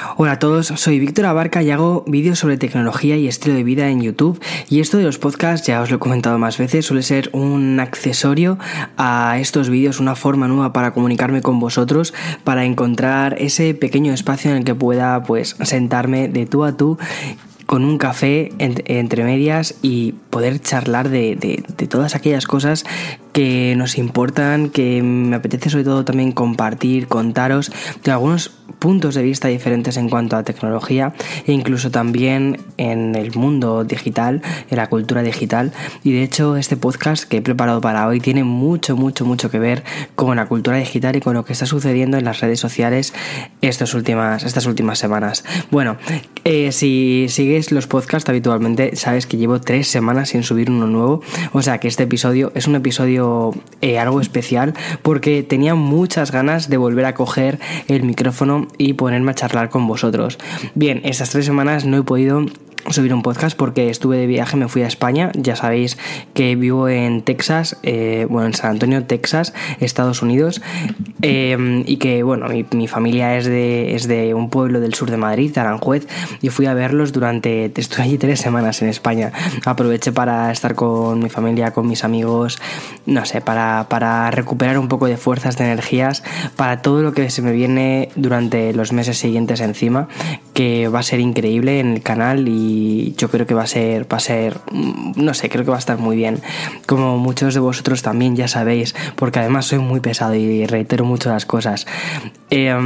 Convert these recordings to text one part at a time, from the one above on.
Hola a todos, soy Víctor Abarca y hago vídeos sobre tecnología y estilo de vida en YouTube, y esto de los podcasts, ya os lo he comentado más veces, suele ser un accesorio a estos vídeos, una forma nueva para comunicarme con vosotros, para encontrar ese pequeño espacio en el que pueda sentarme de tú a tú con un café entre medias y poder charlar de todas aquellas cosas que nos importan, que me apetece sobre todo también compartir, contaros de algunos puntos de vista diferentes en cuanto a tecnología e incluso también en el mundo digital, en la cultura digital. Y de hecho este podcast que he preparado para hoy tiene mucho que ver con la cultura digital y con lo que está sucediendo en las redes sociales estas últimas semanas. Bueno, si sigues los podcasts habitualmente sabes que llevo 3 semanas sin subir uno nuevo, o sea que este episodio es un episodio algo especial porque tenía muchas ganas de volver a coger el micrófono y ponerme a charlar con vosotros. Bien, estas 3 semanas no he podido subir un podcast porque estuve de viaje, me fui a España. Ya sabéis que vivo en Texas, en San Antonio, Texas, Estados Unidos, y que mi familia es de un pueblo del sur de Madrid, Aranjuez, y fui a verlos estuve allí 3 semanas en España. Aproveché para estar con mi familia, con mis amigos, no sé, para recuperar un poco de fuerzas, de energías, para todo lo que se me viene durante los meses siguientes encima, que va a ser increíble en el canal y yo creo que va a ser, no sé, creo que va a estar muy bien. Como muchos de vosotros también ya sabéis, porque además soy muy pesado y reitero mucho las cosas. Queda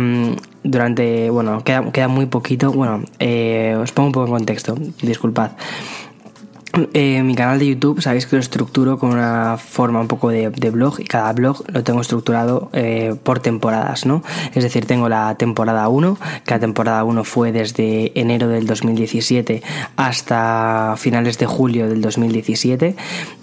muy poquito. Os pongo un poco en contexto, disculpad. Mi canal de YouTube sabéis que lo estructuro con una forma un poco de blog, y cada blog lo tengo estructurado por temporadas, ¿no? Es decir, tengo la temporada 1, que la temporada 1 fue desde enero del 2017 hasta finales de julio del 2017.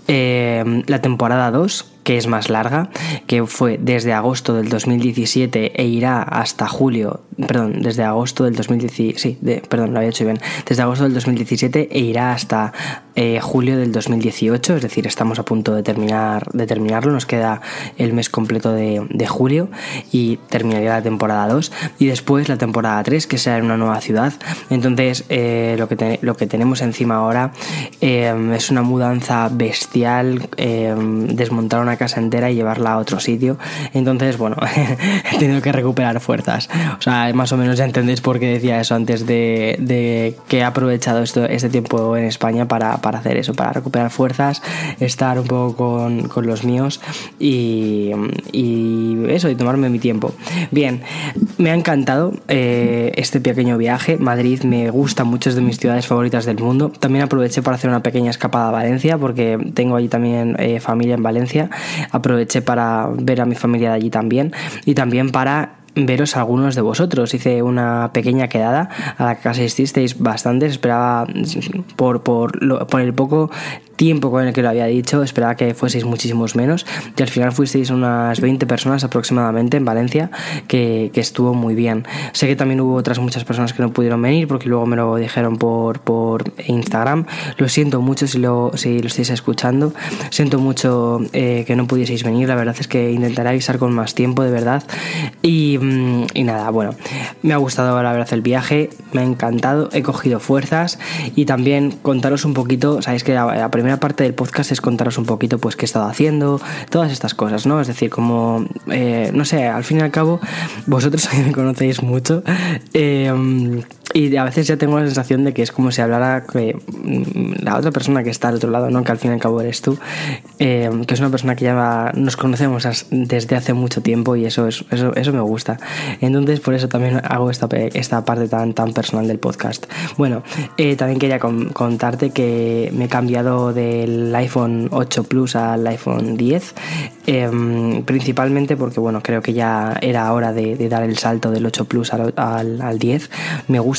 La temporada 2, que es más larga, que fue desde agosto del 2017 e irá hasta desde agosto del 2017, desde agosto del 2017 e irá hasta julio del 2018, es decir, estamos a punto de terminarlo, nos queda el mes completo de julio y terminaría la temporada 2, y después la temporada 3, que será en una nueva ciudad. Entonces lo que tenemos encima ahora es una mudanza bestial, desmontar una casa entera y llevarla a otro sitio. Entonces he tenido que recuperar fuerzas, o sea, más o menos ya entendéis por qué decía eso antes de que he aprovechado este tiempo en España para hacer eso, para recuperar fuerzas, estar un poco con los míos y eso, y tomarme mi tiempo. Bien, me ha encantado este pequeño viaje. Madrid me gusta mucho, es de mis ciudades favoritas del mundo. También aproveché para hacer una pequeña escapada a Valencia porque tengo allí también familia en Valencia. Aproveché para ver a mi familia de allí también, y también para veros a algunos de vosotros. Hice una pequeña quedada a la que asististeis bastantes. Esperaba, por el poco tiempo con el que lo había dicho, esperaba que fueseis muchísimos menos, y al final fuisteis unas 20 personas aproximadamente en Valencia, que estuvo muy bien. Sé que también hubo otras muchas personas que no pudieron venir porque luego me lo dijeron por Instagram. Lo siento mucho si lo estáis escuchando, siento mucho que no pudieseis venir. La verdad es que intentaré avisar con más tiempo, de verdad. Y nada, me ha gustado la verdad el viaje, me ha encantado, he cogido fuerzas, y también contaros un poquito. Sabéis que la primera parte del podcast es contaros un poquito qué he estado haciendo, todas estas cosas, ¿no? Es decir, como no sé, al fin y al cabo vosotros me conocéis mucho, y a veces ya tengo la sensación de que es como si hablara la otra persona que está al otro lado, ¿no? Que al fin y al cabo eres tú, que es una persona que ya nos conocemos desde hace mucho tiempo, y eso me gusta. Entonces por eso también hago esta parte tan personal del podcast. También quería contarte que me he cambiado del iPhone 8 Plus al iPhone 10, principalmente porque creo que ya era hora de dar el salto del 8 Plus al 10. Me gusta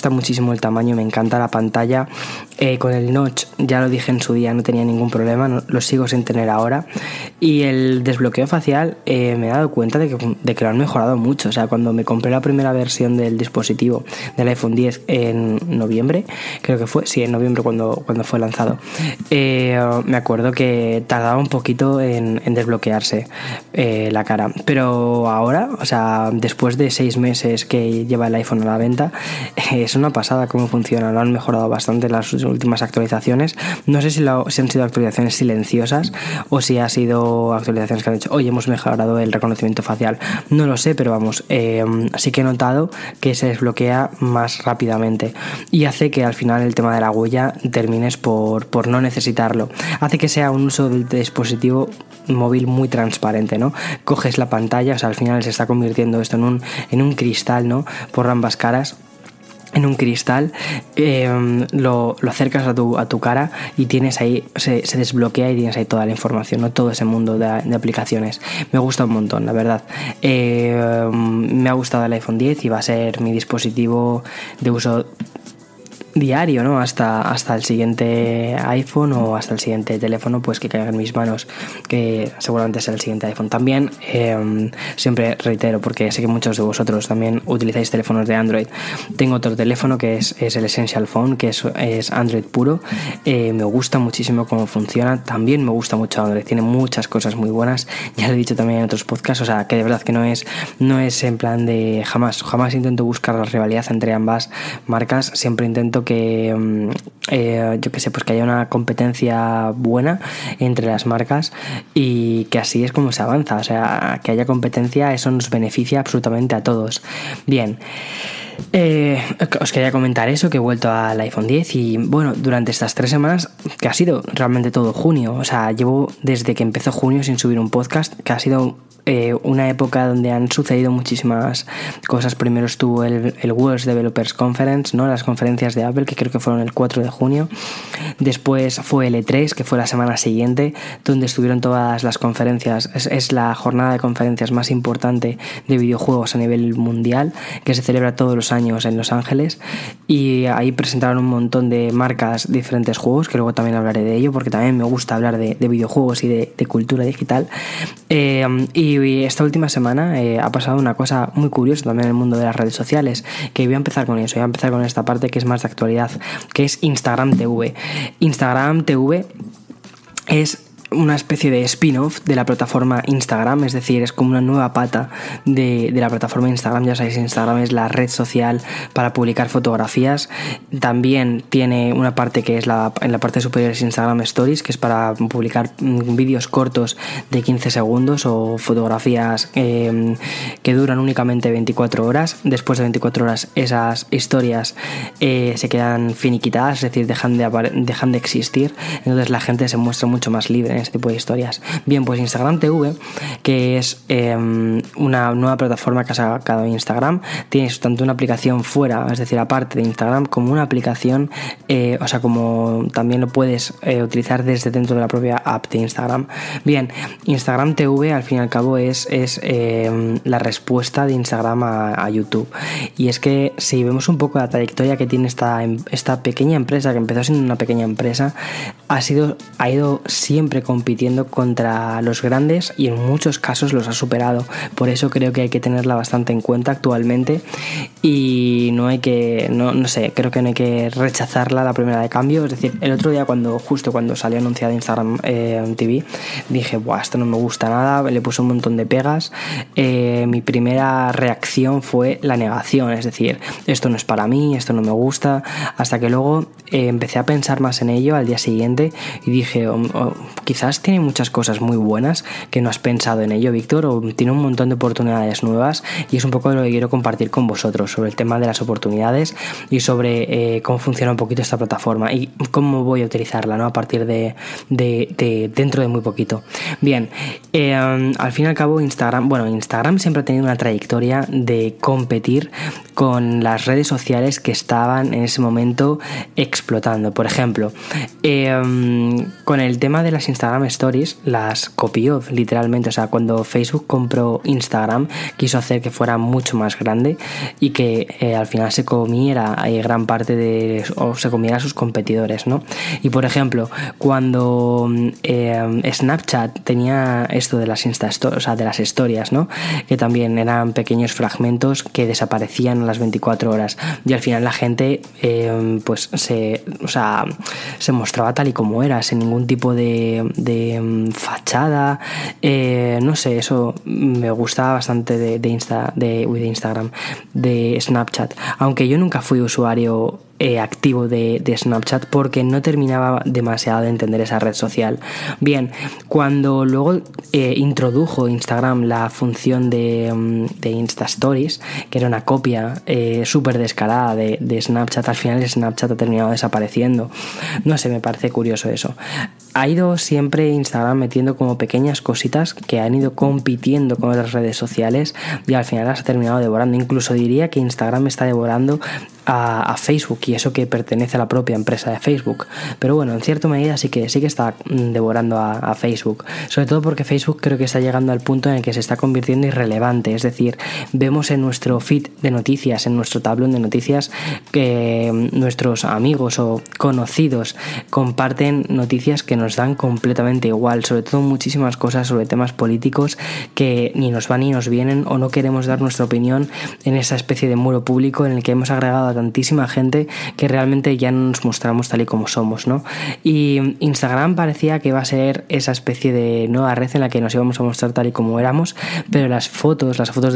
gusta muchísimo el tamaño, me encanta la pantalla. Con el notch, ya lo dije en su día, no tenía ningún problema, lo sigo sin tener ahora. Y el desbloqueo facial, me he dado cuenta de que lo han mejorado mucho. O sea, cuando me compré la primera versión del dispositivo del iPhone X en noviembre, creo que fue, sí, en noviembre cuando fue lanzado, me acuerdo que tardaba un poquito en desbloquearse la cara. Pero ahora, o sea, después de 6 meses que lleva el iPhone a la venta, es una pasada cómo funciona. Lo han mejorado bastante las últimas actualizaciones. No sé si han sido actualizaciones silenciosas o si ha sido actualizaciones que han dicho, oye, hemos mejorado el reconocimiento facial. No lo sé, pero vamos, sí que he notado que se desbloquea más rápidamente y hace que al final el tema de la huella termines por no necesitarlo. Hace que sea un uso del dispositivo móvil muy transparente, ¿no? Coges la pantalla, o sea, al final se está convirtiendo esto en un cristal, ¿no? Por ambas caras. En un cristal, lo acercas a tu cara y tienes ahí, se desbloquea y tienes ahí toda la información, ¿no? Todo ese mundo de aplicaciones. Me gusta un montón, la verdad. Me ha gustado el iPhone X y va a ser mi dispositivo de uso diario, ¿no? Hasta el siguiente iPhone o hasta el siguiente teléfono pues que caiga en mis manos, que seguramente será el siguiente iPhone. También siempre reitero, porque sé que muchos de vosotros también utilizáis teléfonos de Android. Tengo otro teléfono que es el Essential Phone, que es Android puro. Me gusta muchísimo cómo funciona. También me gusta mucho Android, tiene muchas cosas muy buenas. Ya lo he dicho también en otros podcasts, o sea, que de verdad que no es en plan de jamás intento buscar la rivalidad entre ambas marcas. Siempre intento que yo que sé, pues que haya una competencia buena entre las marcas y que así es como se avanza. O sea, que haya competencia, eso nos beneficia absolutamente a todos. Bien, os quería comentar eso, que he vuelto al iPhone X y bueno, durante estas 3 semanas, que ha sido realmente todo junio, o sea, llevo desde que empezó junio sin subir un podcast, que ha sido una época donde han sucedido muchísimas cosas. Primero estuvo el World Developers Conference, ¿no? Las conferencias de Apple, que creo que fueron el 4 de junio. Después fue el E3, que fue la semana siguiente, donde estuvieron todas las conferencias. Es la jornada de conferencias más importante de videojuegos a nivel mundial, que se celebra todos los años en Los Ángeles, y ahí presentaron un montón de marcas, diferentes juegos, que luego también hablaré de ello, porque también me gusta hablar de videojuegos y de cultura digital. Y esta última semana ha pasado una cosa muy curiosa también en el mundo de las redes sociales, que voy a empezar con eso, voy a empezar con esta parte que es más de actualidad, que es Instagram TV. Instagram TV es una especie de spin-off de la plataforma Instagram, es decir, es como una nueva pata de la plataforma Instagram. Ya sabéis, Instagram es la red social para publicar fotografías. También tiene una parte que es en la parte superior es Instagram Stories, que es para publicar vídeos cortos de 15 segundos o fotografías que duran únicamente 24 horas. Después de 24 horas esas historias se quedan finiquitadas, es decir, dejan de existir. Entonces la gente se muestra mucho más libre en este tipo de historias. Bien, pues Instagram TV, que es una nueva plataforma que ha sacado Instagram, tienes tanto una aplicación fuera, es decir, aparte de Instagram, como una aplicación, o sea, como también lo puedes utilizar desde dentro de la propia app de Instagram. Bien, Instagram TV al fin y al cabo es la respuesta de Instagram a YouTube. Y es que si vemos un poco la trayectoria que tiene esta pequeña empresa, que empezó siendo una pequeña empresa, ha ido siempre compitiendo contra los grandes y en muchos casos los ha superado. Por eso creo que hay que tenerla bastante en cuenta actualmente y no hay que, no sé, creo que no hay que rechazarla a la primera de cambio. Es decir, el otro día justo cuando salió anunciada Instagram TV, dije, buah, esto no me gusta nada, le puse un montón de pegas. Mi primera reacción fue la negación, es decir, esto no es para mí, esto no me gusta, hasta que luego empecé a pensar más en ello al día siguiente y dije, quizás tiene muchas cosas muy buenas que no has pensado en ello, Víctor, o tiene un montón de oportunidades nuevas, y es un poco de lo que quiero compartir con vosotros sobre el tema de las oportunidades y sobre cómo funciona un poquito esta plataforma y cómo voy a utilizarla, ¿no? A partir de dentro de muy poquito. Bien, al fin y al cabo Instagram siempre ha tenido una trayectoria de competir con las redes sociales que estaban en ese momento explotando. Por ejemplo, con el tema de las Instagram Stories, las copió literalmente. O sea, cuando Facebook compró Instagram, quiso hacer que fuera mucho más grande y que al final se comiera gran parte o se comiera a sus competidores, ¿no? Y por ejemplo, cuando Snapchat tenía esto de las o sea, de las historias, ¿no? Que también eran pequeños fragmentos que desaparecían a las 24 horas, y al final la gente pues se mostraba tal y como era, sin ningún tipo de fachada. No sé, eso me gustaba bastante de Instagram, de Snapchat, aunque yo nunca fui usuario activo de Snapchat porque no terminaba demasiado de entender esa red social. Bien, cuando luego introdujo Instagram la función de Insta Stories, que era una copia súper descarada de Snapchat, al final Snapchat ha terminado desapareciendo. No sé, me parece curioso eso. Ha ido siempre Instagram metiendo como pequeñas cositas que han ido compitiendo con otras redes sociales y al final las ha terminado devorando. Incluso diría que Instagram está devorando a Facebook, y eso que pertenece a la propia empresa de Facebook. Pero bueno, en cierta medida sí que está devorando a Facebook, sobre todo porque Facebook creo que está llegando al punto en el que se está convirtiendo irrelevante. Es decir, vemos en nuestro feed de noticias, en nuestro tablón de noticias, que nuestros amigos o conocidos comparten noticias que nos dan completamente igual, sobre todo muchísimas cosas sobre temas políticos que ni nos van ni nos vienen, o no queremos dar nuestra opinión en esa especie de muro público en el que hemos agregado a tantísima gente que realmente ya no nos mostramos tal y como somos, ¿no? Y Instagram parecía que iba a ser esa especie de nueva red en la que nos íbamos a mostrar tal y como éramos, pero las fotos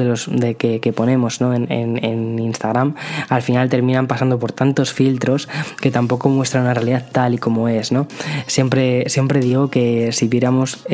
que ponemos, ¿no? en Instagram, al final terminan pasando por tantos filtros que tampoco muestran una realidad tal y como es, ¿no? Siempre digo que si viéramos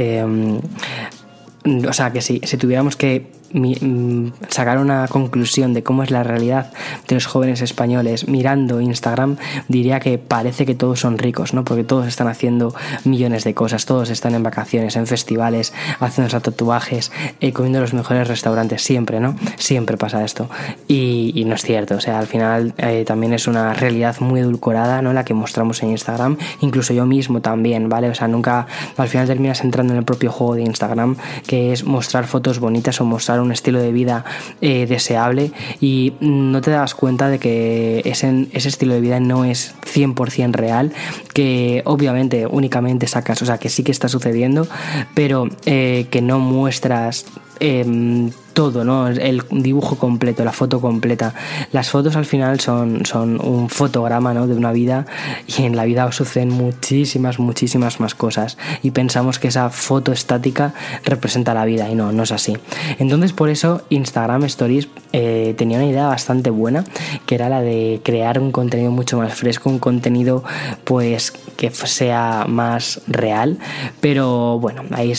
o sea, que si tuviéramos que sacar una conclusión de cómo es la realidad de los jóvenes españoles mirando Instagram, diría que parece que todos son ricos, ¿no? Porque todos están haciendo millones de cosas, todos están en vacaciones, en festivales, haciéndose tatuajes, comiendo los mejores restaurantes, siempre, ¿no? Siempre pasa esto. Y no es cierto, o sea, al final también es una realidad muy edulcorada, ¿no? La que mostramos en Instagram, incluso yo mismo también, ¿vale? O sea, nunca, al final terminas entrando en el propio juego de Instagram, que es mostrar fotos bonitas o mostrar un estilo de vida deseable, y no te das cuenta de que ese estilo de vida no es 100% real, que obviamente únicamente sacas, o sea, que sí que está sucediendo, pero que no muestras todo, ¿no? El dibujo completo, la foto completa. Las fotos al final son un fotograma, ¿no? De una vida, y en la vida suceden muchísimas más cosas, y pensamos que esa foto estática representa la vida, y no es así. Entonces, por eso Instagram Stories tenía una idea bastante buena, que era la de crear un contenido mucho más fresco, un contenido pues que sea más real, pero bueno, ahí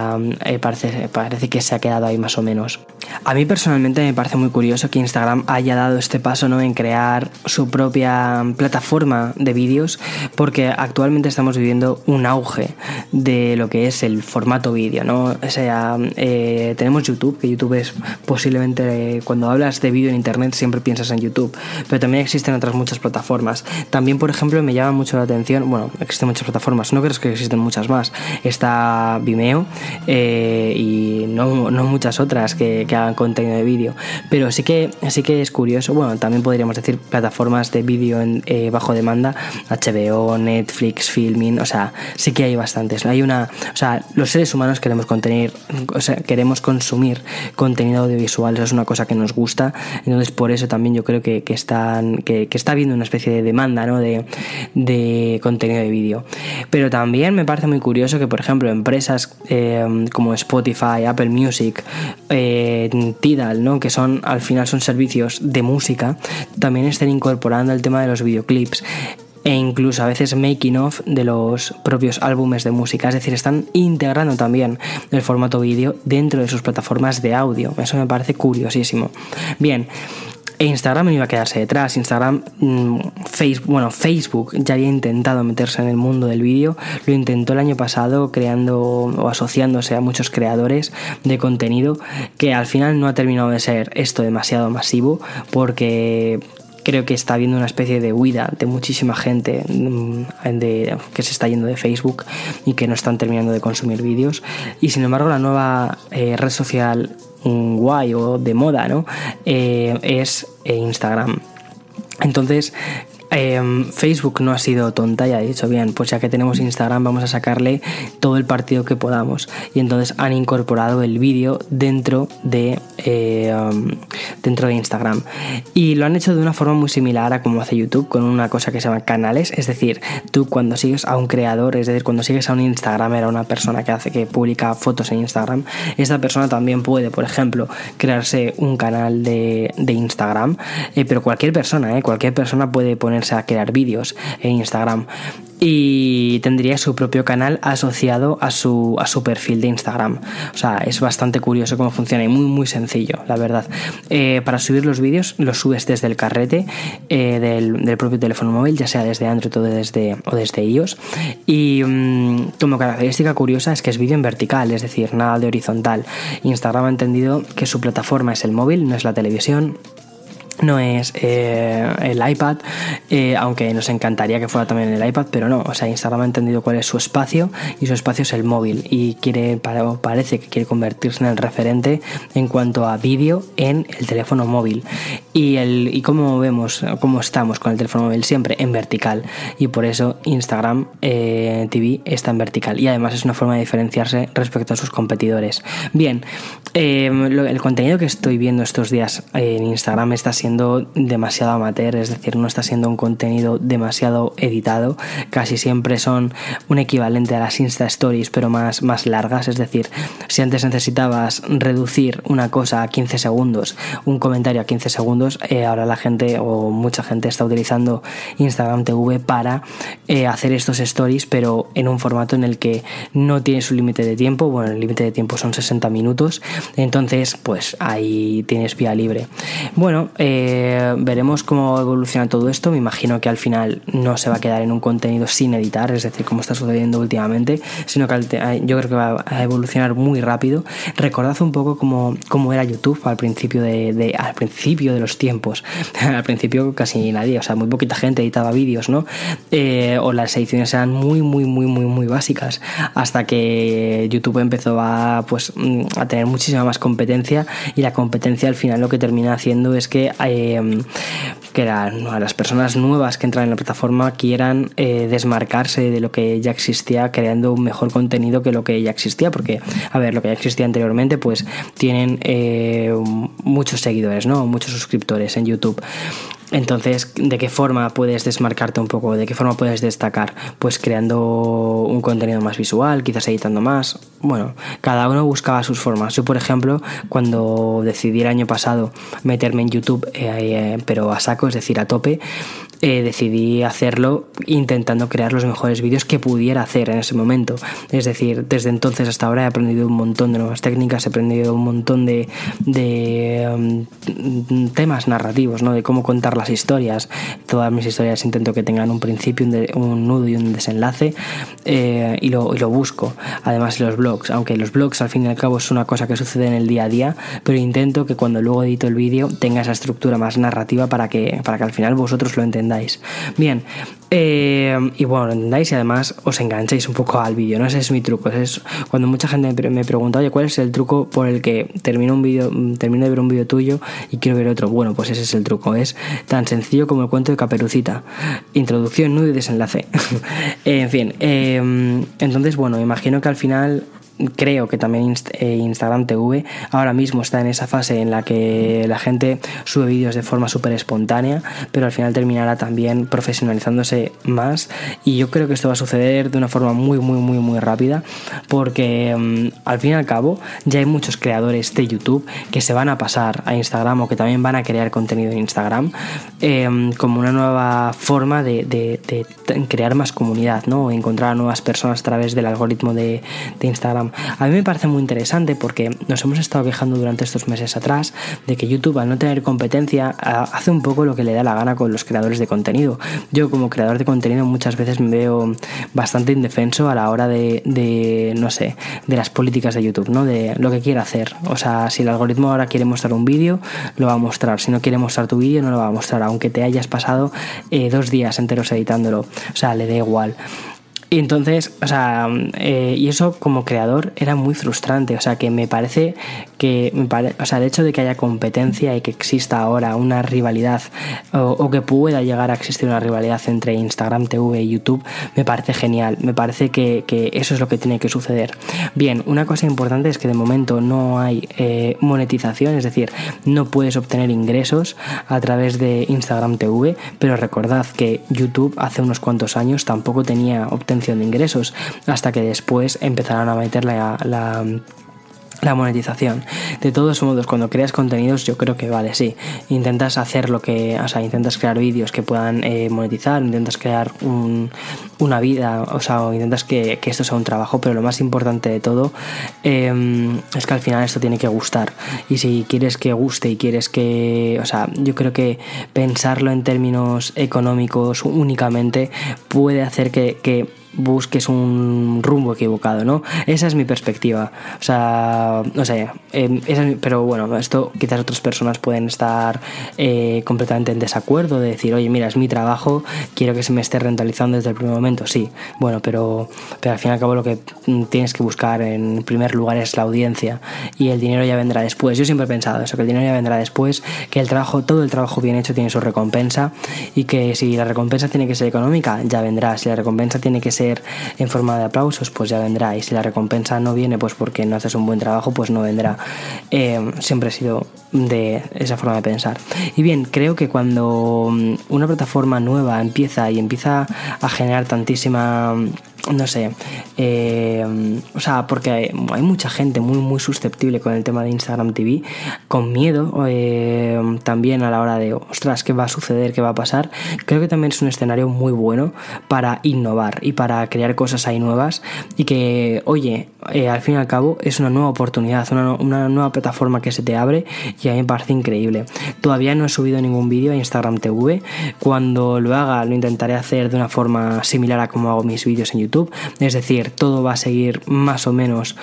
parece que se ha quedado ahí más o menos. A mí personalmente me parece muy curioso que Instagram haya dado este paso, ¿no? En crear su propia plataforma de vídeos, porque actualmente estamos viviendo un auge de lo que es el formato vídeo, ¿no? O sea, tenemos YouTube, que YouTube es posiblemente, cuando hablas de vídeo en internet siempre piensas en YouTube, pero también existen otras muchas plataformas. También, por ejemplo, me llama mucho la atención, bueno, existen muchas plataformas, no creo que existen muchas más. Está Vimeo y no muchas otras que hagan contenido de vídeo, pero sí que es curioso. Bueno, también podríamos decir plataformas de vídeo bajo demanda, HBO, Netflix, Filmin, o sea, sí que hay bastantes. O sea, los seres humanos queremos consumir contenido audiovisual, eso es una cosa que nos gusta, entonces por eso también yo creo que está habiendo una especie de demanda, ¿no? de contenido de vídeo. Pero también me parece muy curioso que, por ejemplo, empresas como Spotify, Apple Music, Tidal, ¿no? Que al final son servicios de música, también estén incorporando el tema de los videoclips, e incluso a veces making of de los propios álbumes de música. Es decir, están integrando también el formato vídeo dentro de sus plataformas de audio. Eso me parece curiosísimo. Bien, Instagram no iba a quedarse detrás. Facebook ya había intentado meterse en el mundo del vídeo. Lo intentó el año pasado creando o asociándose a muchos creadores de contenido, que al final no ha terminado de ser esto demasiado masivo, porque creo que está habiendo una especie de huida de muchísima gente que se está yendo de Facebook y que no están terminando de consumir vídeos. Y sin embargo, la nueva red social guay o de moda, ¿no? Es Instagram. Entonces, Facebook no ha sido tonta y ha dicho, bien, pues ya que tenemos Instagram vamos a sacarle todo el partido que podamos, y entonces han incorporado el vídeo dentro de Instagram, y lo han hecho de una forma muy similar a como hace YouTube, con una cosa que se llama canales. Es decir, tú cuando sigues a un creador, es decir, cuando sigues a un Instagramer, a una persona que publica fotos en Instagram, esta persona también puede, por ejemplo, crearse un canal de Instagram, pero cualquier persona puede ponerse a crear vídeos en Instagram y tendría su propio canal asociado a su propio de Instagram. O sea, es bastante curioso cómo funciona y muy muy sencillo, la verdad. Para subir los vídeos los subes desde el carrete del propio teléfono móvil, ya sea desde Android o desde iOS, y como característica curiosa es que es vídeo en vertical, es decir, nada de horizontal. Instagram ha entendido que su plataforma es el móvil, no es la televisión, no es el iPad, aunque nos encantaría que fuera también el iPad, pero no. O sea, Instagram ha entendido cuál es su espacio, y su espacio es el móvil, y parece que quiere convertirse en el referente en cuanto a vídeo en el teléfono móvil. Y como vemos, cómo estamos con el teléfono móvil, siempre en vertical, y por eso Instagram TV está en vertical, y además es una forma de diferenciarse respecto a sus competidores. Bien, el contenido que estoy viendo estos días en Instagram está siendo demasiado amateur, es decir, no está siendo un contenido demasiado editado. Casi siempre son un equivalente a las Insta Stories, pero más largas. Es decir, si antes necesitabas reducir una cosa a 15 segundos, un comentario a 15 segundos, ahora la gente o mucha gente está utilizando Instagram TV para hacer estos stories, pero en un formato en el que no tienes un límite de tiempo. Bueno, el límite de tiempo son 60 minutos, entonces pues ahí tienes vía libre. Bueno, veremos cómo evoluciona todo esto. Me imagino que al final no se va a quedar en un contenido sin editar, es decir, como está sucediendo últimamente, sino que yo creo que va a evolucionar muy rápido. Recordad un poco cómo era YouTube al principio al principio de los tiempos. Al principio casi nadie, o sea, muy poquita gente editaba vídeos, ¿no? O las ediciones eran muy básicas, hasta que YouTube empezó a tener muchísima más competencia, y la competencia al final lo que termina haciendo es que las personas nuevas que entran en la plataforma quieran desmarcarse de lo que ya existía, creando un mejor contenido que lo que ya existía, porque, a ver, lo que ya existía anteriormente pues tienen muchos seguidores, ¿no? Muchos suscriptores en YouTube. Entonces, ¿de qué forma puedes desmarcarte un poco? ¿De qué forma puedes destacar? Pues creando un contenido más visual, quizás editando más. Bueno, cada uno buscaba sus formas. Yo, por ejemplo, cuando decidí el año pasado meterme en YouTube, pero a saco, es decir, a tope, decidí hacerlo intentando crear los mejores vídeos que pudiera hacer en ese momento. Es decir, desde entonces hasta ahora he aprendido un montón de nuevas técnicas, he aprendido un montón de temas narrativos, ¿no? De cómo contar las historias. Todas mis historias intento que tengan un principio, un nudo y un desenlace, y lo busco. Además, los blogs, aunque los blogs al fin y al cabo es una cosa que sucede en el día a día, pero intento que cuando luego edito el vídeo tenga esa estructura más narrativa para que al final vosotros lo entendáis. Bien, y bueno, lo entendáis y además os enganchéis un poco al vídeo, ¿no? Ese es mi truco. Es cuando mucha gente me pregunta, oye, ¿cuál es el truco por el que termino de ver un vídeo tuyo y quiero ver otro? Bueno, pues ese es el truco. Es tan sencillo como el cuento de Caperucita: introducción, nudo y desenlace. En fin, entonces, bueno, imagino que al final, creo que también Instagram TV ahora mismo está en esa fase en la que la gente sube vídeos de forma súper espontánea, pero al final terminará también profesionalizándose más, y yo creo que esto va a suceder de una forma muy rápida, porque al fin y al cabo ya hay muchos creadores de YouTube que se van a pasar a Instagram, o que también van a crear contenido en Instagram, como una nueva forma de crear más comunidad, ¿no? Encontrar a nuevas personas a través del algoritmo de Instagram Instagram. A mí me parece muy interesante porque nos hemos estado quejando durante estos meses atrás de que YouTube, al no tener competencia, hace un poco lo que le da la gana con los creadores de contenido. Yo, como creador de contenido, muchas veces me veo bastante indefenso a la hora de no sé, de las políticas de YouTube, ¿no? De lo que quiere hacer. O sea, si el algoritmo ahora quiere mostrar un vídeo, lo va a mostrar. Si no quiere mostrar tu vídeo, no lo va a mostrar, aunque te hayas pasado 2 días enteros editándolo. O sea, le da igual. Y entonces, o sea, y eso como creador era muy frustrante. O sea, que me parece o sea, el hecho de que haya competencia y que exista ahora una rivalidad o que pueda llegar a existir una rivalidad entre Instagram TV y YouTube, me parece genial. Me parece que eso es lo que tiene que suceder. Bien, una cosa importante es que de momento no hay monetización, es decir, no puedes obtener ingresos a través de Instagram TV, pero recordad que YouTube hace unos cuantos años tampoco tenía obtención de ingresos, hasta que después empezaron a meter la monetización. De todos modos, cuando creas contenidos, yo creo que vale, sí, intentas hacer intentas crear vídeos que puedan monetizar, intentas crear una vida, o intentas que esto sea un trabajo, pero lo más importante de todo es que al final esto tiene que gustar. Y si quieres que guste y quieres que, yo creo que pensarlo en términos económicos únicamente puede hacer que busques un rumbo equivocado, ¿no? Esa es mi perspectiva. O sea, no sé, pero bueno, esto quizás otras personas pueden estar completamente en desacuerdo, de decir, oye, mira, es mi trabajo, quiero que se me esté rentabilizando desde el primer momento. Sí, bueno, pero al fin y al cabo lo que tienes que buscar en primer lugar es la audiencia, y el dinero ya vendrá después. Yo siempre he pensado eso, que el dinero ya vendrá después, que todo el trabajo bien hecho tiene su recompensa, y que si la recompensa tiene que ser económica, ya vendrá. Si la recompensa tiene que ser en forma de aplausos, pues ya vendrá. Y si la recompensa no viene, pues porque no haces un buen trabajo, pues no vendrá. Siempre he sido de esa forma de pensar. Y bien, creo que cuando una plataforma nueva empieza a generar tantísima, no sé, porque hay mucha gente muy muy susceptible con el tema de Instagram TV, con miedo también a la hora de, ostras, ¿qué va a suceder? ¿Qué va a pasar? Creo que también es un escenario muy bueno para innovar y para crear cosas ahí nuevas, y que, oye, al fin y al cabo es una nueva oportunidad, una nueva plataforma que se te abre, y a mí me parece increíble. Todavía no he subido ningún vídeo a Instagram TV. Cuando lo haga, lo intentaré hacer de una forma similar a como hago mis vídeos en YouTube, es decir, todo va a seguir más o menos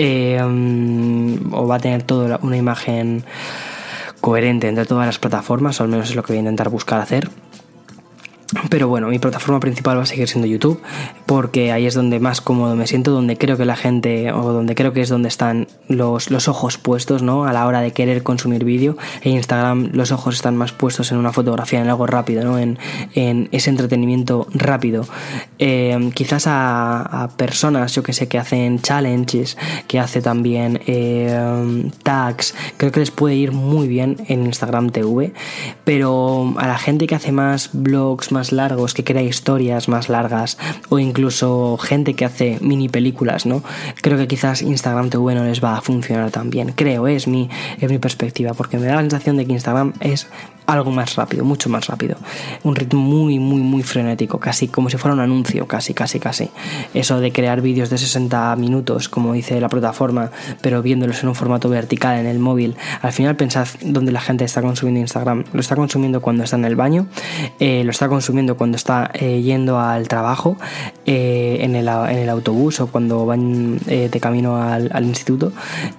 o va a tener toda una imagen coherente entre todas las plataformas, o al menos es lo que voy a intentar buscar hacer. Pero bueno, mi plataforma principal va a seguir siendo YouTube, porque ahí es donde más cómodo me siento, donde creo que la gente, o donde creo que es donde están los ojos puestos, ¿no?, a la hora de querer consumir vídeo. En Instagram los ojos están más puestos en una fotografía, en algo rápido, ¿no?, en ese entretenimiento rápido. Quizás a personas, yo que sé, que hacen challenges, que hace también tags, creo que les puede ir muy bien en Instagram TV, pero a la gente que hace más vlogs más largos, que crea historias más largas, o incluso gente que hace mini películas, ¿no?, creo que quizás Instagram TV no les va a funcionar tan bien. Creo, es mi perspectiva, porque me da la sensación de que Instagram es algo más rápido, mucho más rápido, un ritmo muy muy muy frenético, casi como si fuera un anuncio, casi. Eso de crear vídeos de 60 minutos, como dice la plataforma, pero viéndolos en un formato vertical en el móvil. Al final, pensad dónde la gente está consumiendo Instagram. Lo está consumiendo cuando está en el baño, lo está consumiendo cuando está yendo al trabajo, en el autobús, o cuando van de camino al instituto.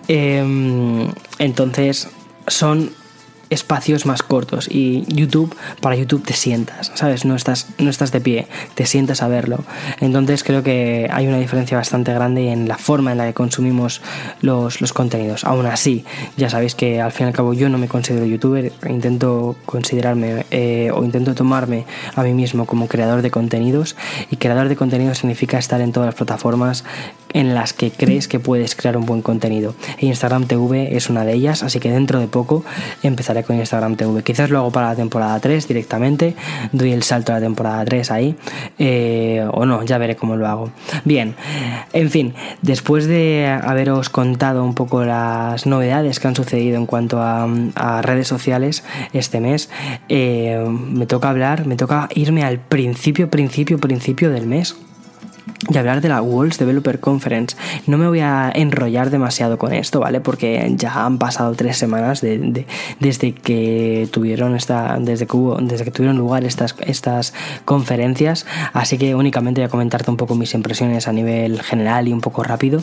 Entonces son espacios más cortos, y para YouTube te sientas, ¿sabes? No estás de pie, te sientas a verlo. Entonces creo que hay una diferencia bastante grande en la forma en la que consumimos los contenidos. Aún así, ya sabéis que al fin y al cabo yo no me considero youtuber, intento considerarme o intento tomarme a mí mismo como creador de contenidos, y creador de contenidos significa estar en todas las plataformas en las que crees que puedes crear un buen contenido, e Instagram TV es una de ellas, así que dentro de poco empezaré con Instagram TV. Quizás lo hago para la temporada 3 directamente, doy el salto a la temporada 3 ahí, o no, ya veré cómo lo hago. Bien, en fin, después de haberos contado un poco las novedades que han sucedido en cuanto a redes sociales este mes, me toca irme al principio del mes. y hablar de la World Developer Conference. No me voy a enrollar demasiado con esto, ¿vale? Porque ya han pasado 3 semanas desde que tuvieron tuvieron lugar estas conferencias, así que únicamente voy a comentarte un poco mis impresiones a nivel general y un poco rápido.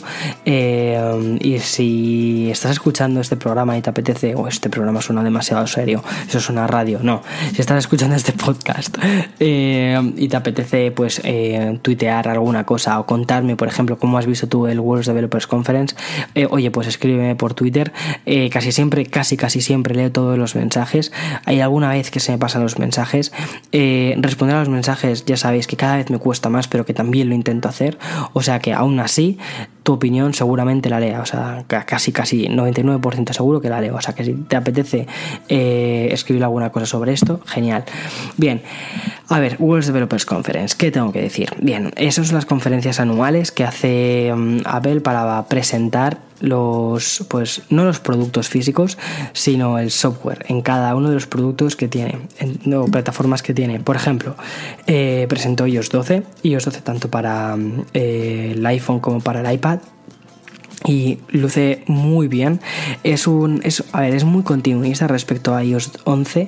Y si estás escuchando este programa y te apetece, este programa suena demasiado serio, eso es una radio, no, si estás escuchando este podcast y te apetece pues tuitear alguna cosa o contarme, por ejemplo, cómo has visto tú el World Developers Conference, oye, pues escríbeme por Twitter. Casi siempre leo todos los mensajes. Hay alguna vez que se me pasan los mensajes. Responder a los mensajes, ya sabéis que cada vez me cuesta más, pero que también lo intento hacer, o sea que aún así tu opinión seguramente la lea, o sea, casi 99% seguro que la leo, o sea que si te apetece escribir alguna cosa sobre esto, genial. Bien, a ver, World Developers Conference, ¿qué tengo que decir? Bien, esas son las conferencias anuales que hace Apple para presentar pues no los productos físicos, sino el software en cada uno de los productos que tiene, plataformas que tiene. Por ejemplo, presentó iOS 12 tanto para el iPhone como para el iPad, y luce muy bien. Es muy continuista respecto a iOS 11.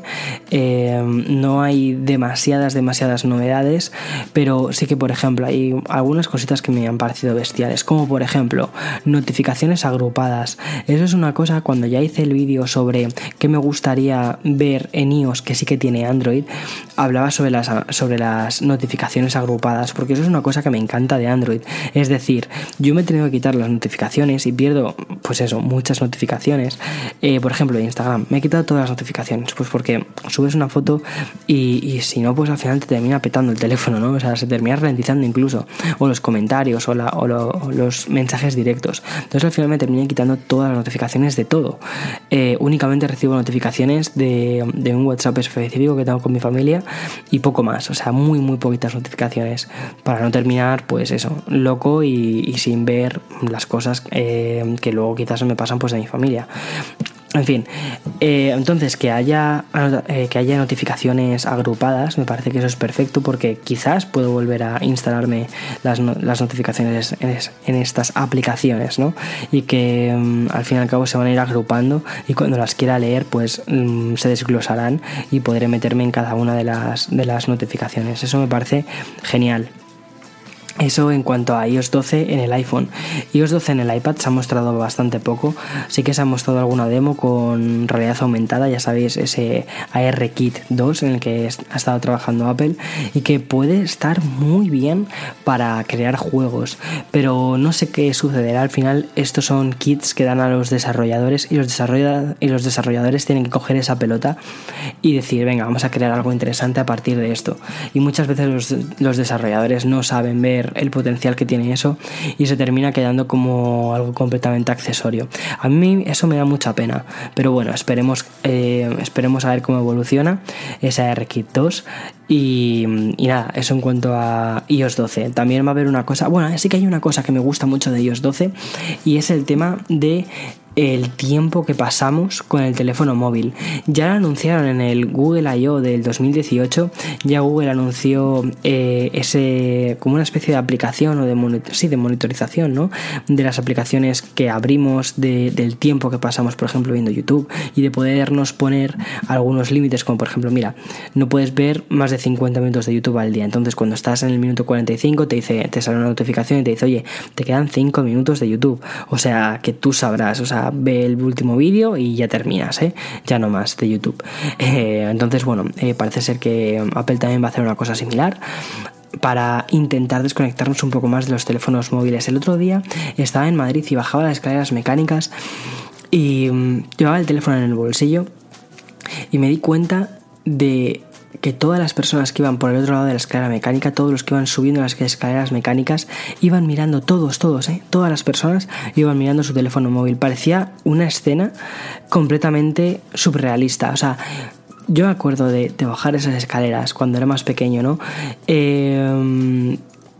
No hay demasiadas novedades, pero sí que, por ejemplo, hay algunas cositas que me han parecido bestiales, como por ejemplo notificaciones agrupadas. Eso es una cosa, cuando ya hice el vídeo sobre qué me gustaría ver en iOS, que sí que tiene Android, hablaba sobre las notificaciones agrupadas, porque eso es una cosa que me encanta de Android. Es decir, yo me he tenido que quitar las notificaciones y pierdo, pues eso, muchas notificaciones. Por ejemplo, de Instagram, me he quitado todas las notificaciones, pues porque subes una foto y si no, pues al final te termina petando el teléfono, ¿no? O sea, se termina ralentizando incluso, o los comentarios o los mensajes directos. Entonces al final me terminé quitando todas las notificaciones de todo. Únicamente recibo notificaciones de un WhatsApp específico que tengo con mi familia y poco más, o sea, muy poquitas notificaciones, para no terminar, pues eso, loco y sin ver las cosas que luego quizás me pasan pues de mi familia. En fin, entonces que haya notificaciones agrupadas, me parece que eso es perfecto, porque quizás puedo volver a instalarme las notificaciones en estas aplicaciones, ¿no? Y que al fin y al cabo se van a ir agrupando, y cuando las quiera leer pues se desglosarán y podré meterme en cada una de las notificaciones. Eso me parece genial. Eso en cuanto a iOS 12 en el iPhone. iOS 12 en el iPad se ha mostrado bastante poco. Sí que se ha mostrado alguna demo con realidad aumentada, ya sabéis, ese ARKit 2 en el que ha estado trabajando Apple, y que puede estar muy bien para crear juegos, pero no sé qué sucederá. Al final estos son kits que dan a los desarrolladores, y los desarrolladores tienen que coger esa pelota y decir, venga, vamos a crear algo interesante a partir de esto. Y muchas veces los desarrolladores no saben ver el potencial que tiene eso, y se termina quedando como algo completamente accesorio. A mí eso me da mucha pena, pero bueno, esperemos a ver cómo evoluciona esa ARKit 2. Y nada, eso en cuanto a iOS 12. También va a haber una cosa, bueno, sí que hay una cosa que me gusta mucho de iOS 12, y es el tema de el tiempo que pasamos con el teléfono móvil. Ya lo anunciaron en el Google I.O. del 2018. Ya Google anunció como una especie de aplicación o de monitorización, ¿no? De las aplicaciones que abrimos, del tiempo que pasamos, por ejemplo, viendo YouTube, y de podernos poner algunos límites, como por ejemplo, mira, no puedes ver más de 50 minutos de YouTube al día. Entonces cuando estás en el minuto 45 te sale una notificación y te dice, oye, te quedan 5 minutos de YouTube. O sea, que tú sabrás, o sea, ve el último vídeo y ya terminas, ya no más de YouTube. Entonces, bueno, parece ser que Apple también va a hacer una cosa similar para intentar desconectarnos un poco más de los teléfonos móviles. El otro día estaba en Madrid y bajaba las escaleras mecánicas y llevaba el teléfono en el bolsillo, y me di cuenta de que todas las personas que iban por el otro lado de la escalera mecánica, todos los que iban subiendo las escaleras mecánicas, iban mirando, todas las personas iban mirando su teléfono móvil. Parecía una escena completamente surrealista. O sea, yo me acuerdo de bajar esas escaleras cuando era más pequeño, ¿no?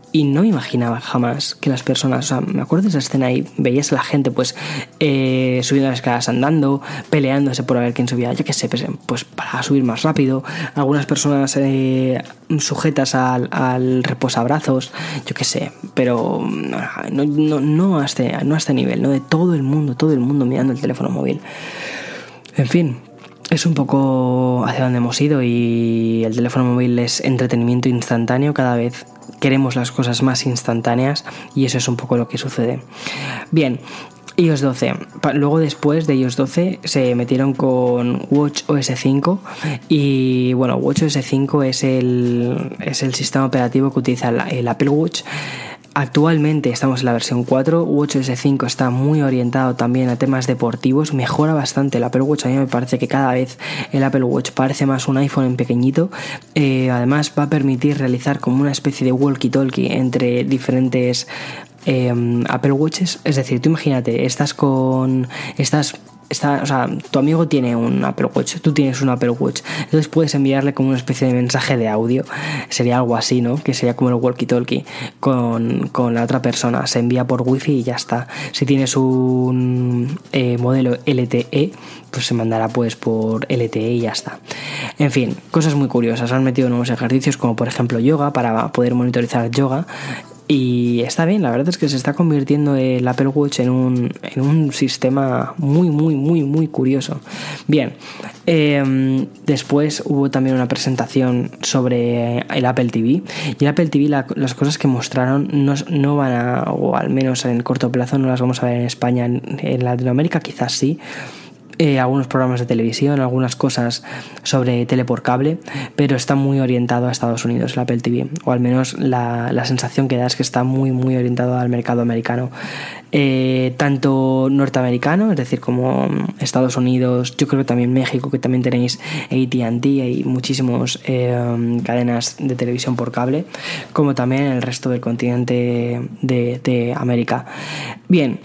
Y no me imaginaba jamás que las personas, o sea, me acuerdo de esa escena y veías a la gente pues subiendo las escaleras andando, peleándose por a ver quién subía, yo qué sé, pues para subir más rápido, algunas personas sujetas al reposabrazos, yo qué sé, pero no a este nivel, no de todo el mundo mirando el teléfono móvil. En fin, es un poco hacia donde hemos ido y el teléfono móvil es entretenimiento instantáneo, cada vez queremos las cosas más instantáneas y eso es un poco lo que sucede. Bien, iOS 12. Luego después de iOS 12 se metieron con watchOS 5 y bueno, watchOS 5 es el sistema operativo que utiliza el Apple Watch. Actualmente estamos en la versión 4, watchOS 5 está muy orientado también a temas deportivos, mejora bastante el Apple Watch, a mí me parece que cada vez el Apple Watch parece más un iPhone en pequeñito, además va a permitir realizar como una especie de walkie-talkie entre diferentes Apple Watches, es decir, tú imagínate, o sea, tu amigo tiene un Apple Watch, tú tienes un Apple Watch, entonces puedes enviarle como una especie de mensaje de audio, sería algo así, ¿no? Que sería como el walkie-talkie con la otra persona, se envía por wifi y ya está. Si tienes un modelo LTE, pues se mandará pues por LTE y ya está. En fin, cosas muy curiosas, han metido nuevos ejercicios como por ejemplo yoga para poder monitorizar yoga. Y está bien, la verdad es que se está convirtiendo el Apple Watch en un sistema muy curioso. Bien, después hubo también una presentación sobre el Apple TV. Y el Apple TV, las cosas que mostraron no van a, o al menos en el corto plazo, no las vamos a ver en España. En Latinoamérica quizás sí. Algunos programas de televisión, algunas cosas sobre tele por cable, pero está muy orientado a Estados Unidos el Apple TV, o al menos la sensación que da es que está muy orientado al mercado americano, tanto norteamericano, es decir, como Estados Unidos, yo creo que también México, que también tenéis AT&T, hay muchísimas cadenas de televisión por cable, como también en el resto del continente de América. Bien.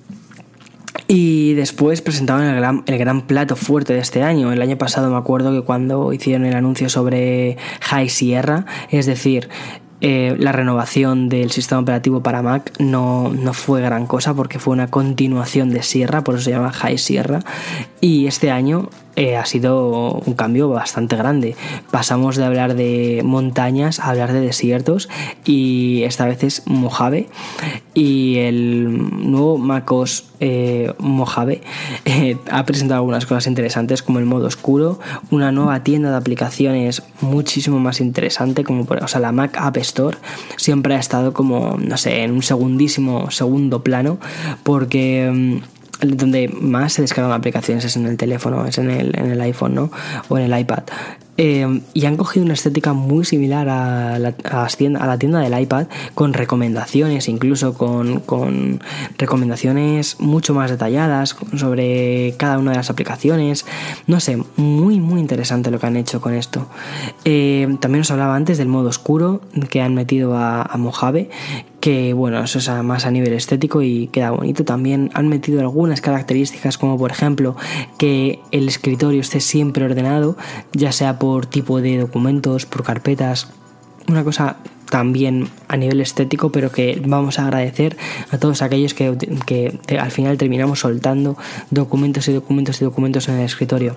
Y después presentaban el gran plato fuerte de este año. El año pasado me acuerdo que cuando hicieron el anuncio sobre High Sierra, es decir, la renovación del sistema operativo para Mac no fue gran cosa porque fue una continuación de Sierra, por eso se llama High Sierra. Y este año ha sido un cambio bastante grande. Pasamos de hablar de montañas a hablar de desiertos y esta vez es Mojave. Y el nuevo macOS Mojave ha presentado algunas cosas interesantes como el modo oscuro, una nueva tienda de aplicaciones muchísimo más interesante, como la Mac App Store siempre ha estado como, no sé, en un segundo plano, porque donde más se descargan aplicaciones es en el teléfono, es en el iPhone, ¿no? O en el iPad. Y han cogido una estética muy similar a la tienda del iPad, con recomendaciones, incluso con recomendaciones mucho más detalladas sobre cada una de las aplicaciones. No sé, muy interesante lo que han hecho con esto. También os hablaba antes del modo oscuro que han metido a Mojave, que bueno, eso es más a nivel estético y queda bonito. También han metido algunas características como por ejemplo que el escritorio esté siempre ordenado, ya sea por tipo de documentos, por carpetas, una cosa también a nivel estético, pero que vamos a agradecer a todos aquellos que al final terminamos soltando documentos y documentos en el escritorio.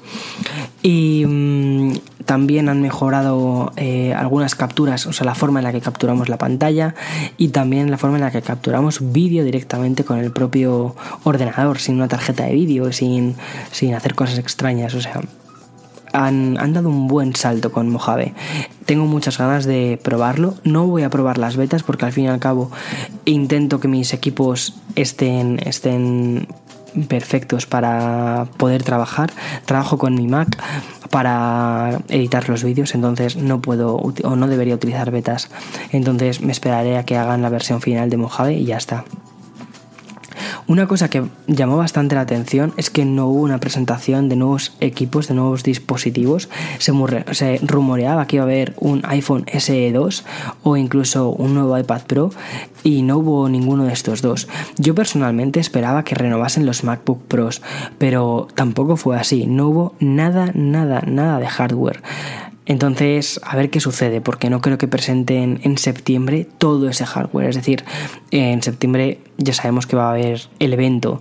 Y también han mejorado algunas capturas, o sea, la forma en la que capturamos la pantalla y también la forma en la que capturamos vídeo directamente con el propio ordenador, sin una tarjeta de vídeo, sin hacer cosas extrañas, o sea, han dado un buen salto con Mojave. Tengo muchas ganas de probarlo. No voy a probar las betas porque al fin y al cabo intento que mis equipos estén perfectos para poder trabajar. Trabajo con mi Mac para editar los vídeos, entonces no puedo o no debería utilizar betas. Entonces me esperaré a que hagan la versión final de Mojave y ya está. Una cosa que llamó bastante la atención es que no hubo una presentación de nuevos equipos, de nuevos dispositivos. Se rumoreaba que iba a haber un iPhone SE 2 o incluso un nuevo iPad Pro y no hubo ninguno de estos dos. Yo personalmente esperaba que renovasen los MacBook Pros, pero tampoco fue así. No hubo nada de hardware. Entonces, a ver qué sucede, porque no creo que presenten en septiembre todo ese hardware. Es decir, en septiembre ya sabemos que va a haber el evento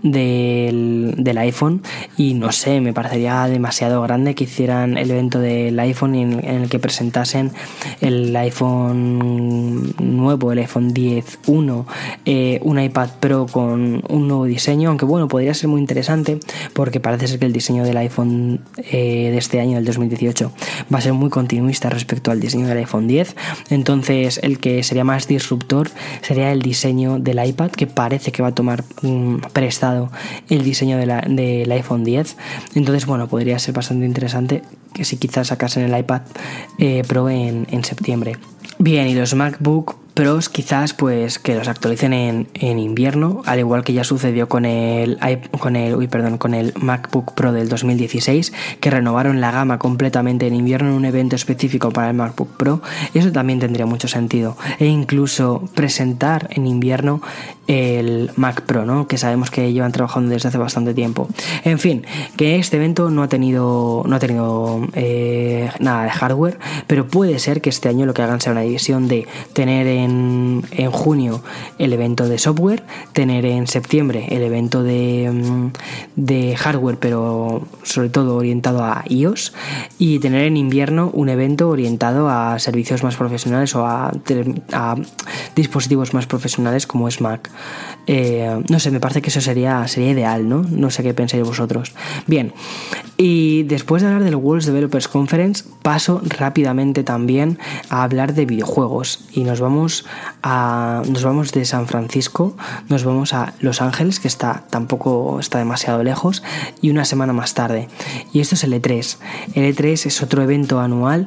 del iPhone y no sé, me parecería demasiado grande que hicieran el evento del iPhone en el que presentasen el iPhone nuevo, el iPhone 10.1, un iPad Pro con un nuevo diseño, aunque bueno, podría ser muy interesante porque parece ser que el diseño del iPhone de este año, del 2018, va a ser muy continuista respecto al diseño del iPhone 10. Entonces el que sería más disruptor sería el diseño del iPad, que parece que va a tomar prestado el diseño del iPhone 10. Entonces bueno, podría ser bastante interesante que si quizás sacasen el iPad Pro en septiembre. Bien, y los MacBook Pros quizás pues que los actualicen en invierno, al igual que ya sucedió con el MacBook Pro del 2016, que renovaron la gama completamente en invierno en un evento específico para el MacBook Pro. Eso también tendría mucho sentido, e incluso presentar en invierno el Mac Pro, ¿no? Que sabemos que llevan trabajando desde hace bastante tiempo. En fin, que este evento no ha tenido nada de hardware, pero puede ser que este año lo que hagan sea una división de tener en junio el evento de software, tener en septiembre el evento de hardware, pero sobre todo orientado a iOS, y tener en invierno un evento orientado a servicios más profesionales o a dispositivos más profesionales como es Mac. No sé, me parece que eso sería ideal, ¿no? No sé qué pensáis vosotros. Bien, y después de hablar del World Developers Conference, paso rápidamente también a hablar de videojuegos y nos vamos de San Francisco, nos vamos a Los Ángeles, que tampoco está demasiado lejos, y una semana más tarde. Y esto es el E3. El E3 es otro evento anual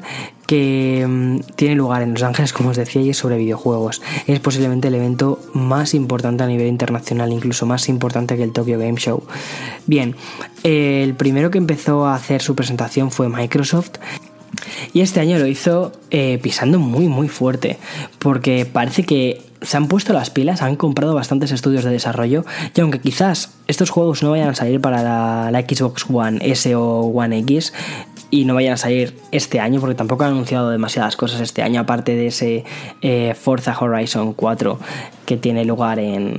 que tiene lugar en Los Ángeles, como os decía, y es sobre videojuegos. Es posiblemente el evento más importante a nivel internacional, incluso más importante que el Tokyo Game Show. Bien, el primero que empezó a hacer su presentación fue Microsoft, y este año lo hizo pisando muy muy fuerte, porque parece que se han puesto las pilas, han comprado bastantes estudios de desarrollo, y aunque quizás estos juegos no vayan a salir para la Xbox One S o One X y no vayan a salir este año, porque tampoco han anunciado demasiadas cosas este año, aparte de ese Forza Horizon 4 que tiene lugar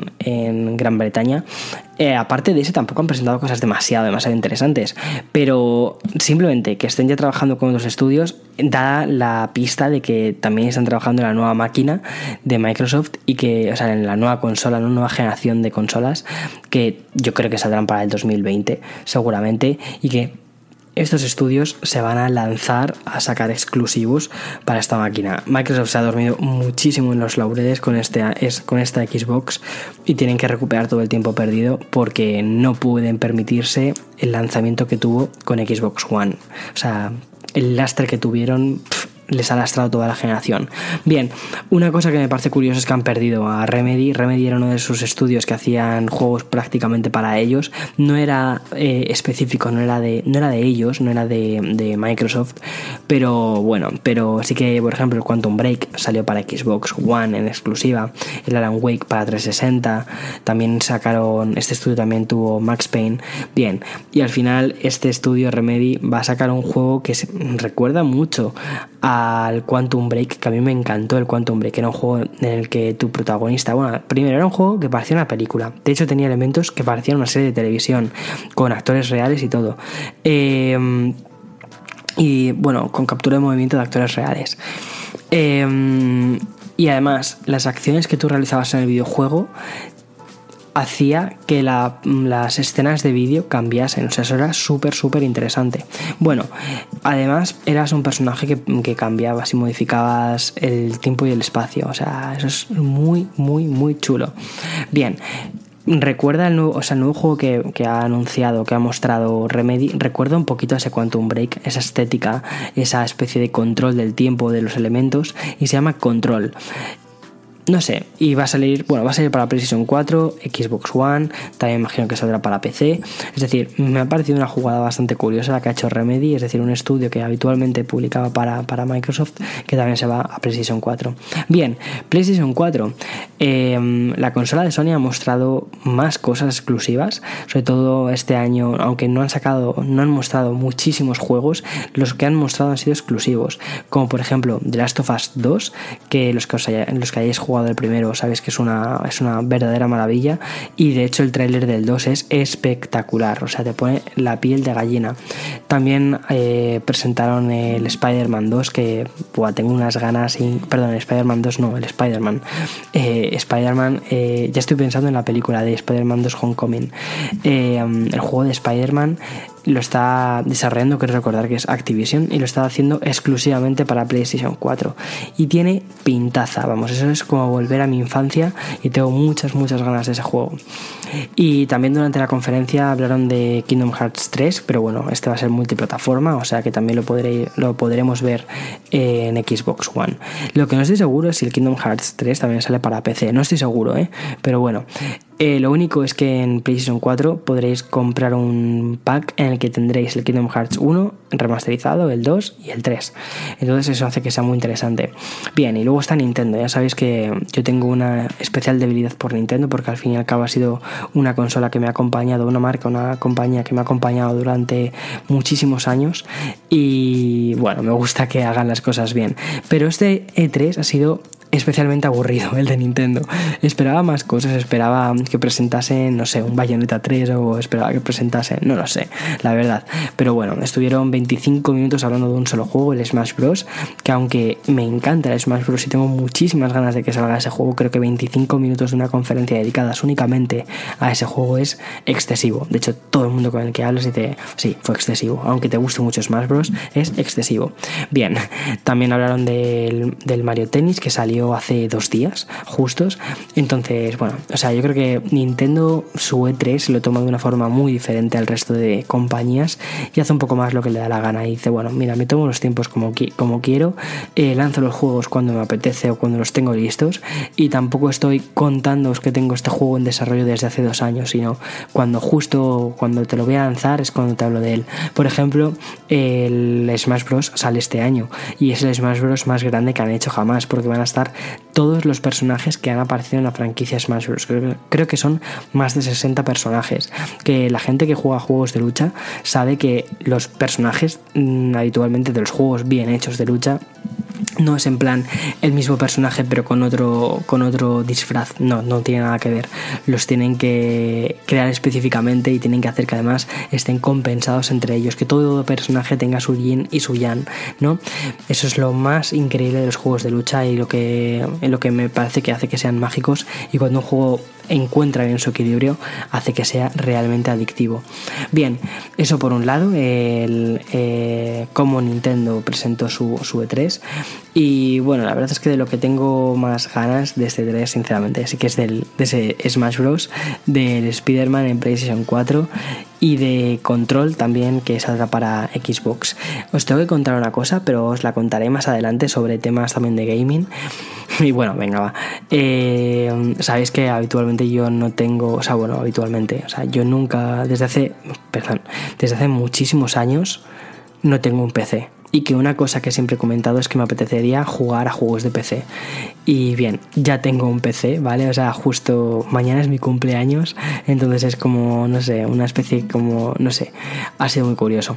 en Gran Bretaña. Aparte de ese tampoco han presentado cosas demasiado interesantes, pero simplemente que estén ya trabajando con otros estudios da la pista de que también están trabajando en la nueva máquina de Microsoft y que, o sea, en la nueva consola, una nueva generación de consolas que yo creo que saldrán para el 2020 seguramente, y que estos estudios se van a lanzar a sacar exclusivos para esta máquina. Microsoft se ha dormido muchísimo en los laureles con esta Xbox y tienen que recuperar todo el tiempo perdido porque no pueden permitirse el lanzamiento que tuvo con Xbox One. O sea, el lastre que tuvieron les ha lastrado toda la generación. Bien, una cosa que me parece curiosa es que han perdido a Remedy. Remedy era uno de sus estudios que hacían juegos prácticamente para ellos. No era específico, no era de ellos, no era de Microsoft, pero bueno, pero sí que, por ejemplo, el Quantum Break salió para Xbox One en exclusiva, el Alan Wake para 360, también sacaron, este estudio también tuvo Max Payne. Bien, y al final este estudio Remedy va a sacar un juego que recuerda mucho al Quantum Break, que a mí me encantó el Quantum Break. Era un juego en el que tu protagonista, bueno, primero era un juego que parecía una película, de hecho tenía elementos que parecían una serie de televisión con actores reales y todo, y bueno, con captura de movimiento de actores reales, y además las acciones que tú realizabas en el videojuego hacía que las escenas de vídeo cambiasen. O sea, eso era súper interesante. Bueno, además eras un personaje que cambiabas y modificabas el tiempo y el espacio. O sea, eso es muy chulo. Bien, recuerda el nuevo juego que ha anunciado, que ha mostrado Remedy, recuerda un poquito a ese Quantum Break, esa estética, esa especie de control del tiempo de los elementos, y se llama Control. no sé, y va a salir para PlayStation 4, Xbox One, también imagino que saldrá para PC. Es decir, me ha parecido una jugada bastante curiosa la que ha hecho Remedy, es decir, un estudio que habitualmente publicaba para Microsoft, que también se va a PlayStation 4. Bien, PlayStation 4, la consola de Sony ha mostrado más cosas exclusivas, sobre todo este año, aunque no han mostrado muchísimos juegos, los que han mostrado han sido exclusivos, como por ejemplo The Last of Us 2, que los que hayáis jugado el primero sabéis que es una verdadera maravilla, y de hecho el tráiler del 2 es espectacular, o sea, te pone la piel de gallina. También presentaron el Spider-Man 2, que tengo unas ganas, perdón, el Spider-Man 2 no, el Spider-Man ya estoy pensando en la película de Spider-Man 2 Homecoming. El juego de Spider-Man lo está desarrollando, quiero recordar que es Activision, y lo está haciendo exclusivamente para PlayStation 4 y tiene pintaza, vamos, eso es como volver a mi infancia y tengo muchas ganas de ese juego. Y también durante la conferencia hablaron de Kingdom Hearts 3, pero bueno, este va a ser multiplataforma, o sea que también lo podremos ver en Xbox One. Lo que no estoy seguro es si el Kingdom Hearts 3 también sale para PC, no estoy seguro, pero bueno. Lo único es que en PlayStation 4 podréis comprar un pack en el que tendréis el Kingdom Hearts 1 remasterizado, el 2 y el 3. Entonces eso hace que sea muy interesante. Bien, y luego está Nintendo. Ya sabéis que yo tengo una especial debilidad por Nintendo, porque al fin y al cabo ha sido una consola que me ha acompañado, una compañía que me ha acompañado durante muchísimos años, y bueno, me gusta que hagan las cosas bien. Pero este E3 ha sido especialmente aburrido, el de Nintendo. Esperaba más cosas, esperaba que presentasen, no sé, un Bayonetta 3, o esperaba que presentasen, no lo sé, la verdad. Pero bueno, estuvieron 25 minutos hablando de un solo juego, el Smash Bros, que aunque me encanta el Smash Bros y tengo muchísimas ganas de que salga ese juego, creo que 25 minutos de una conferencia dedicadas únicamente a ese juego es excesivo. De hecho, todo el mundo con el que hablas dice, sí, fue excesivo. Aunque te guste mucho Smash Bros, es excesivo. Bien, también hablaron del Mario Tennis, que salió hace 2 días justos. Entonces, bueno, o sea, yo creo que Nintendo su E3 se lo toma de una forma muy diferente al resto de compañías y hace un poco más lo que le da la gana, y dice, bueno, mira, me tomo los tiempos como quiero, lanzo los juegos cuando me apetece o cuando los tengo listos, y tampoco estoy contándoos que tengo este juego en desarrollo desde hace 2 años, sino cuando te lo voy a lanzar es cuando te hablo de él. Por ejemplo, el Smash Bros sale este año y es el Smash Bros más grande que han hecho jamás, porque van a estar todos los personajes que han aparecido en la franquicia Smash Bros. Creo que son más de 60 personajes, que la gente que juega juegos de lucha sabe que los personajes habitualmente de los juegos bien hechos de lucha no es en plan el mismo personaje pero con otro disfraz, no tiene nada que ver, los tienen que crear específicamente y tienen que hacer que además estén compensados entre ellos, que todo personaje tenga su yin y su yang, ¿no? Eso es lo más increíble de los juegos de lucha y lo que me parece que hace que sean mágicos, y cuando un juego encuentra bien su equilibrio hace que sea realmente adictivo. Bien, eso por un lado, cómo Nintendo presentó su E3, y bueno, la verdad es que de lo que tengo más ganas de este E3 sinceramente sí que es de ese Smash Bros, del Spider-Man en PlayStation 4 y de Control también, que saldrá para Xbox. Os tengo que contar una cosa, pero os la contaré más adelante, sobre temas también de gaming. Y bueno, venga, va. Sabéis que habitualmente yo no tengo, yo nunca, desde hace muchísimos años no tengo un PC. Y que una cosa que siempre he comentado es que me apetecería jugar a juegos de PC. Y bien, ya tengo un PC, ¿vale? O sea, justo mañana es mi cumpleaños, entonces es como, no sé, una especie como, no sé, ha sido muy curioso.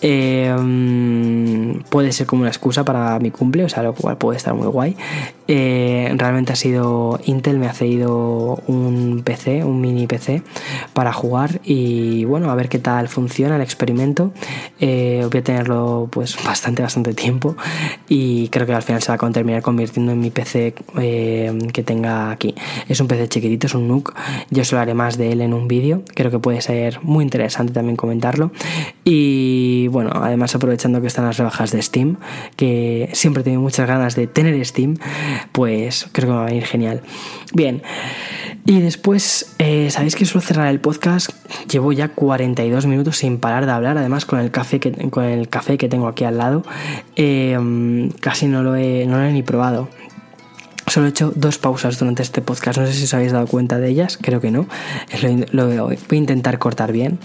Puede ser como una excusa para mi cumple, o sea, lo cual puede estar muy guay. Realmente ha sido Intel, me ha cedido un PC, un mini PC para jugar, y bueno, a ver qué tal funciona el experimento. Voy a tenerlo pues bastante tiempo, y creo que al final se va a terminar convirtiendo en mi PC que tenga aquí. Es un PC chiquitito, es un NUC. Yo os hablaré más de él en un vídeo, creo que puede ser muy interesante también comentarlo. Y bueno, además aprovechando que están las rebajas de Steam, que siempre he tenido muchas ganas de tener Steam, pues creo que me va a venir genial. Bien, y después sabéis que suelo cerrar el podcast, llevo ya 42 minutos sin parar de hablar, además con el café que tengo aquí al lado, casi no lo he ni probado. Solo he hecho 2 pausas durante este podcast, no sé si os habéis dado cuenta de ellas, creo que no. Voy a intentar cortar bien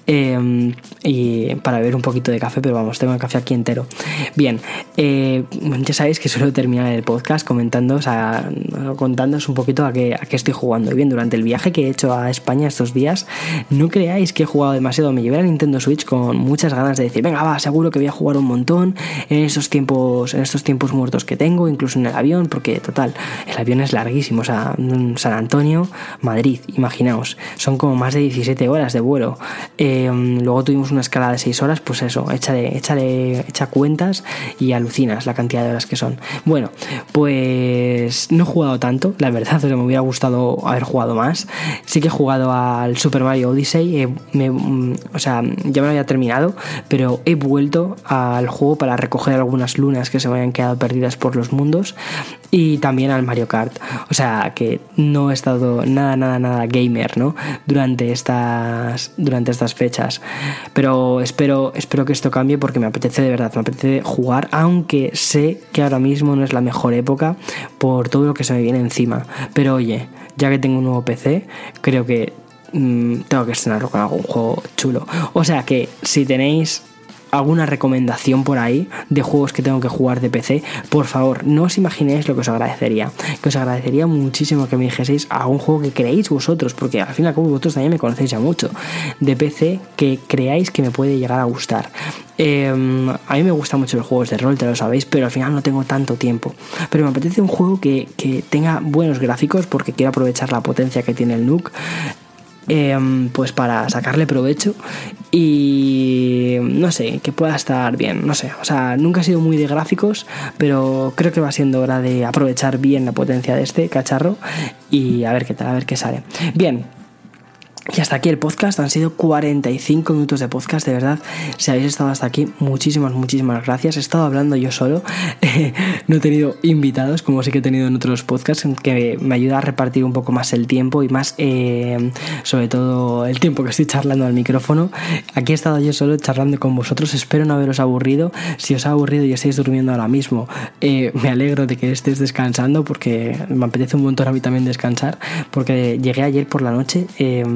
y para beber un poquito de café, pero vamos, tengo el café aquí entero. Bien, ya sabéis que suelo terminar el podcast contándoos un poquito a qué estoy jugando. Y bien, durante el viaje que he hecho a España estos días, no creáis que he jugado demasiado. Me llevé la Nintendo Switch con muchas ganas de decir, venga, va, seguro que voy a jugar un montón en estos tiempos muertos que tengo, incluso en el avión, porque total, el avión es larguísimo, o sea, San Antonio, Madrid, imaginaos, son como más de 17 horas de vuelo. Luego tuvimos una escala de 6 horas, pues eso, echa cuentas y alucinas la cantidad de horas que son. Bueno, pues no he jugado tanto, la verdad, pero me hubiera gustado haber jugado más. Sí que he jugado al Super Mario Odyssey, o sea, ya me lo había terminado, pero he vuelto al juego para recoger algunas lunas que se me habían quedado perdidas por los mundos, y también al Mario Kart. O sea que no he estado nada gamer, ¿no? durante estas fechas, pero espero que esto cambie, porque me apetece, de verdad, me apetece jugar, aunque sé que ahora mismo no es la mejor época por todo lo que se me viene encima. Pero oye, ya que tengo un nuevo PC, creo que tengo que estrenarlo con algún juego chulo. O sea que si tenéis alguna recomendación por ahí de juegos que tengo que jugar de PC, por favor, no os imaginéis lo que os agradecería. Que os agradecería muchísimo que me dijeseis algún juego que creéis vosotros, porque al fin y al cabo vosotros también me conocéis ya mucho, de PC que creáis que me puede llegar a gustar. A mí me gustan mucho los juegos de rol, te lo sabéis, pero al final no tengo tanto tiempo. Pero me apetece un juego que tenga buenos gráficos, porque quiero aprovechar la potencia que tiene el Nuke, pues para sacarle provecho, y no sé, que pueda estar bien, no sé, o sea, nunca he sido muy de gráficos, pero creo que va siendo hora de aprovechar bien la potencia de este cacharro y a ver qué tal, a ver qué sale. Bien. Y hasta aquí el podcast, han sido 45 minutos de podcast, de verdad, si habéis estado hasta aquí, muchísimas gracias. He estado hablando yo solo, no he tenido invitados, como sí que he tenido en otros podcasts, que me ayuda a repartir un poco más el tiempo y más, sobre todo, el tiempo que estoy charlando al micrófono. Aquí he estado yo solo charlando con vosotros, espero no haberos aburrido. Si os ha aburrido y estáis durmiendo ahora mismo, me alegro de que estéis descansando, porque me apetece un montón a mí también descansar, porque llegué ayer por la noche,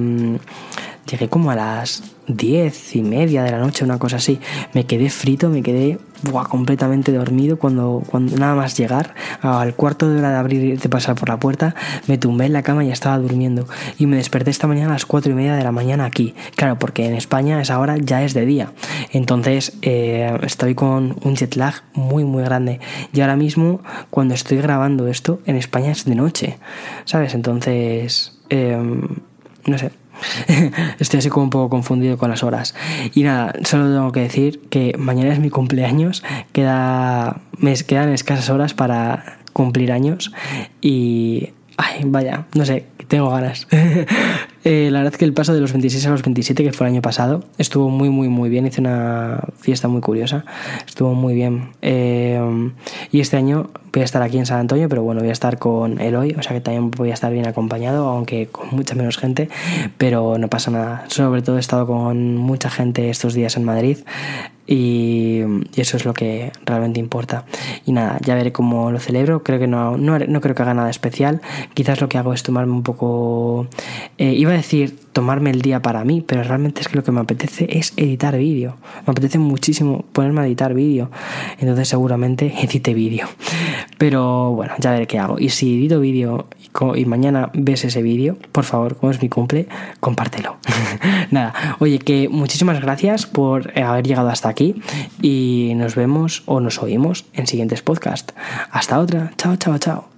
llegué como a las 10:30 de la noche, una cosa así. Me quedé frito, me quedé completamente dormido cuando nada más llegar al cuarto de hora de abrir, de pasar por la puerta, me tumbé en la cama y estaba durmiendo, y me desperté esta mañana a las 4:30 de la mañana aquí, claro, porque en España a esa hora ya es de día. Entonces estoy con un jet lag muy grande, y ahora mismo cuando estoy grabando esto en España es de noche, ¿sabes? Entonces no sé, estoy así como un poco confundido con las horas. Y nada, solo tengo que decir que mañana es mi cumpleaños, me quedan escasas horas para cumplir años, y vaya, no sé, tengo ganas. La verdad es que el paso de los 26 a los 27, que fue el año pasado, estuvo muy bien. Hice una fiesta muy curiosa, estuvo muy bien. Y este año voy a estar aquí en San Antonio, pero bueno, voy a estar con Eloy, o sea que también voy a estar bien acompañado, aunque con mucha menos gente, pero no pasa nada. Sobre todo he estado con mucha gente estos días en Madrid, y eso es lo que realmente importa. Y nada, ya veré cómo lo celebro. Creo que no creo que haga nada especial. Quizás lo que hago es tomarme un poco, iba a decir tomarme el día para mí, pero realmente es que lo que me apetece es editar vídeo. Me apetece muchísimo ponerme a editar vídeo, entonces seguramente edite vídeo. Pero bueno, ya veré qué hago. Y si edito vídeo y mañana ves ese vídeo, por favor, como es mi cumple, compártelo. Nada, oye, que muchísimas gracias por haber llegado hasta aquí, y nos vemos o nos oímos en siguientes podcasts. Hasta otra, chao.